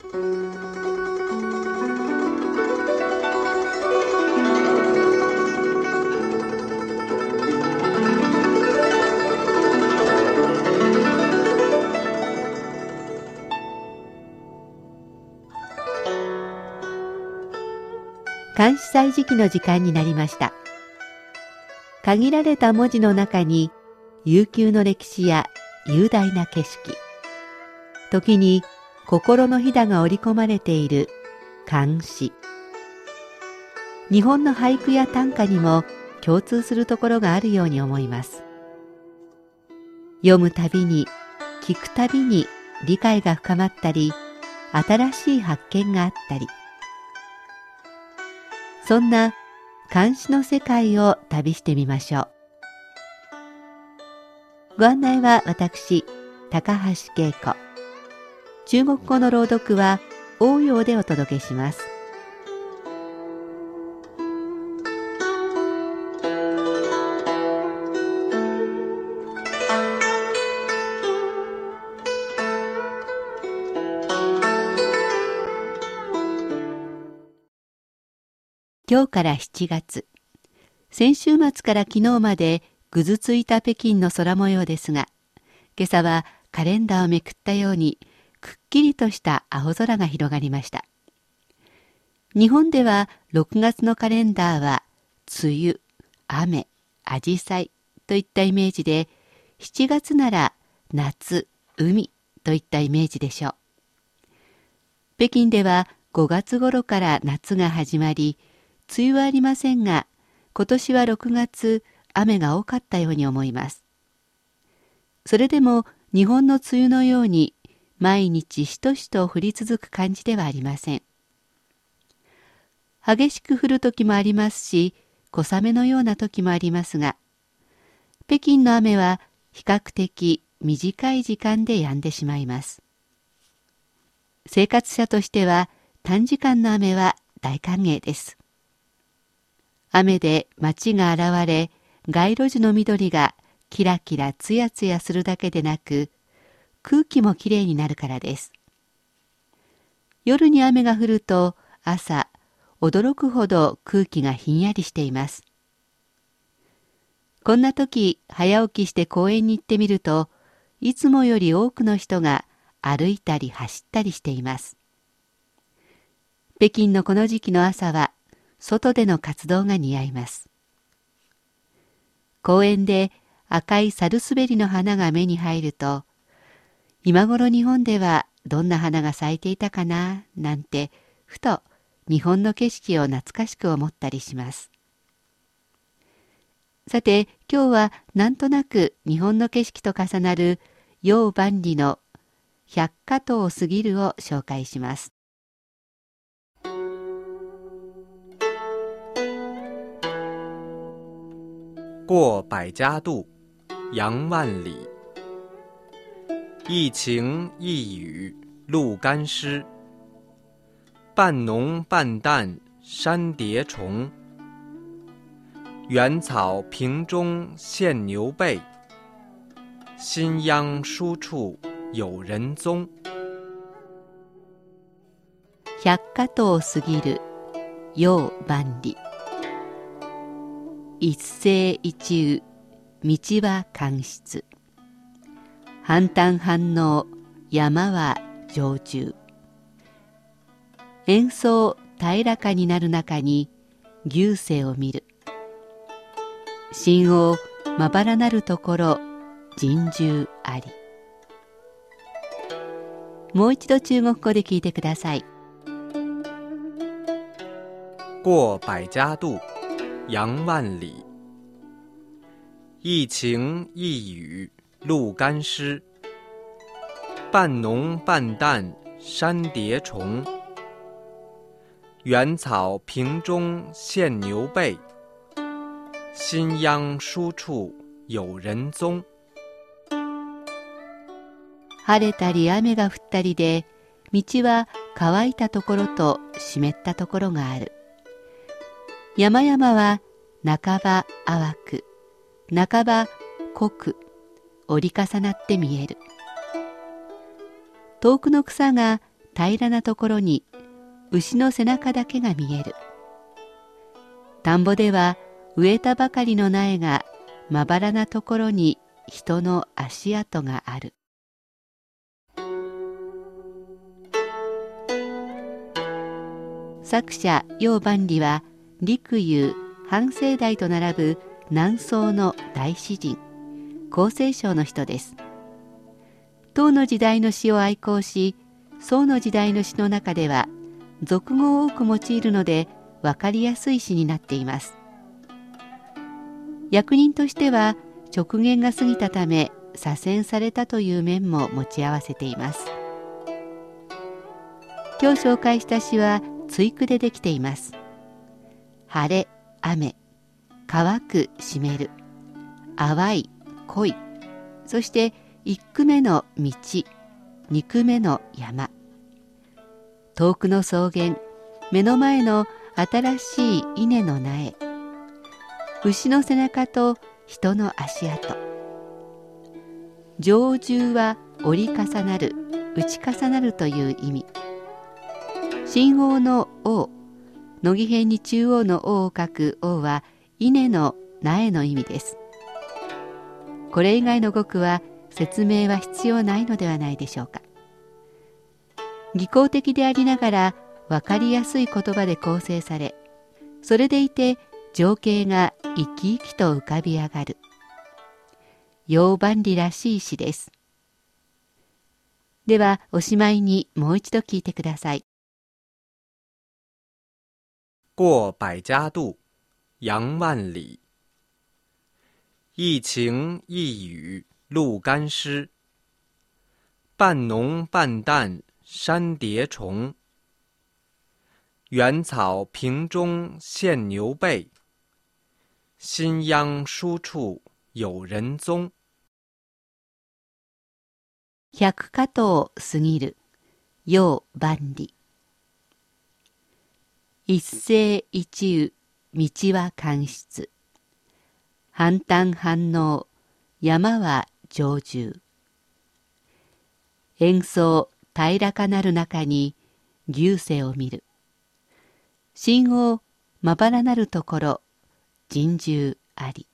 漢詩歳時記の時間になりました。限られた文字の中に悠久の歴史や雄大な景色、時に心のひだが織り込まれている漢詩。日本の俳句や短歌にも共通するところがあるように思います。読むたびに、聞くたびに理解が深まったり、新しい発見があったり、そんな漢詩の世界を旅してみましょう。ご案内は私、高橋恵子。中国語の朗読は応用でお届けします。今日から7月。先週末から昨日までぐずついた北京の空模様ですが、今朝はカレンダーをめくったようにくっきりとした青空が広がりました。日本では6月のカレンダーは梅雨、雨、アジサイといったイメージで、7月なら夏、海といったイメージでしょう。北京では5月頃から夏が始まり、梅雨はありませんが、今年は6月、雨が多かったように思います。それでも日本の梅雨のように毎日しとしと降り続く感じではありません。激しく降る時もありますし、小雨のような時もありますが、北京の雨は比較的短い時間で止んでしまいます。生活者としては短時間の雨は大歓迎です。雨で街が現れ、街路樹の緑がキラキラツヤツヤするだけでなく、空気もきれいになるからです。夜に雨が降ると、朝、驚くほど空気がひんやりしています。こんな時、早起きして公園に行ってみると、いつもより多くの人が歩いたり走ったりしています。北京のこの時期の朝は、外での活動が似合います。公園で赤いサルスベリの花が目に入ると、今頃日本ではどんな花が咲いていたかな、なんて、ふと日本の景色を懐かしく思ったりします。さて、今日はなんとなく日本の景色と重なる楊万里の百花塔を過ぎるを紹介します。 过百家渡，杨万里。一晴一雨露干湿，半浓半淡山蝶虫。原草坪中见牛背，新秧疏处有人踪。 百花塔を過ぎる楊万里。一世一雨、道は乾湿。反澹反応、山は上中。演奏平らかになる中に牛声を見る。深王まばらなるところ人獣あり。もう一度中国語で聞いてください。 过百家渡，杨万里。一晴一雨露干湿，半浓半淡山蝶虫。原草坪中见牛背，新秧疏处有人踪。 晴れたり雨が降ったりで、道は乾いたところと湿ったところがある。山々は半ば淡く、半ば濃く折り重なって見える。遠くの草が平らなところに牛の背中だけが見える。田んぼでは植えたばかりの苗がまばらなところに人の足跡がある。作者楊万里は陸游、韓世代と並ぶ南宋の大詩人、厚生省の人です。唐の時代の詩を愛好し、宋の時代の詩の中では俗語を多く用いるので分かりやすい詩になっています。役人としては直言が過ぎたため左遷されたという面も持ち合わせています。今日紹介した詩は対句でできています。晴れ、雨、乾く、湿る、淡い、濃い、そして1句目の道、2句目の山、遠くの草原、目の前の新しい稲の苗、牛の背中と人の足跡。上重は折り重なる、打ち重なるという意味。真王の王、乃木辺に中央の王を書く王は稲の苗の意味です。これ以外の語句は説明は必要ないのではないでしょうか。技巧的でありながら分かりやすい言葉で構成され、それでいて情景が生き生きと浮かび上がる。楊万里らしい詩です。ではおしまいにもう一度聞いてください。 过百家渡，杨万里。一晴一雨露干湿，半浓半淡山叠重。原草坪中现牛背，新秧疏处有人踪。 百花頭過ぎる、楊万里。一世一雨、道は乾湿。反澹反濃、山は上重。円相平らかなる中に牛背を見る。深王まばらなるところ、人獣あり。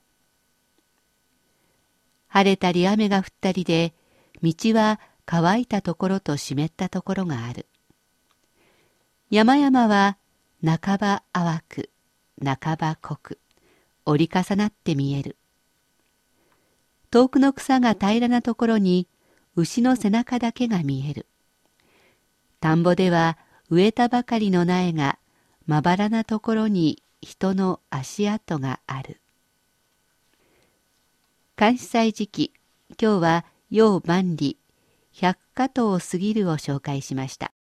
晴れたり雨が降ったりで、道は乾いたところと湿ったところがある。山々は半ば淡く、半ば濃く、折り重なって見える。遠くの草が平らなところに牛の背中だけが見える。田んぼでは植えたばかりの苗がまばらなところに人の足跡がある。漢詩祭時期、今日は楊万里、百花頭過ぎるを紹介しました。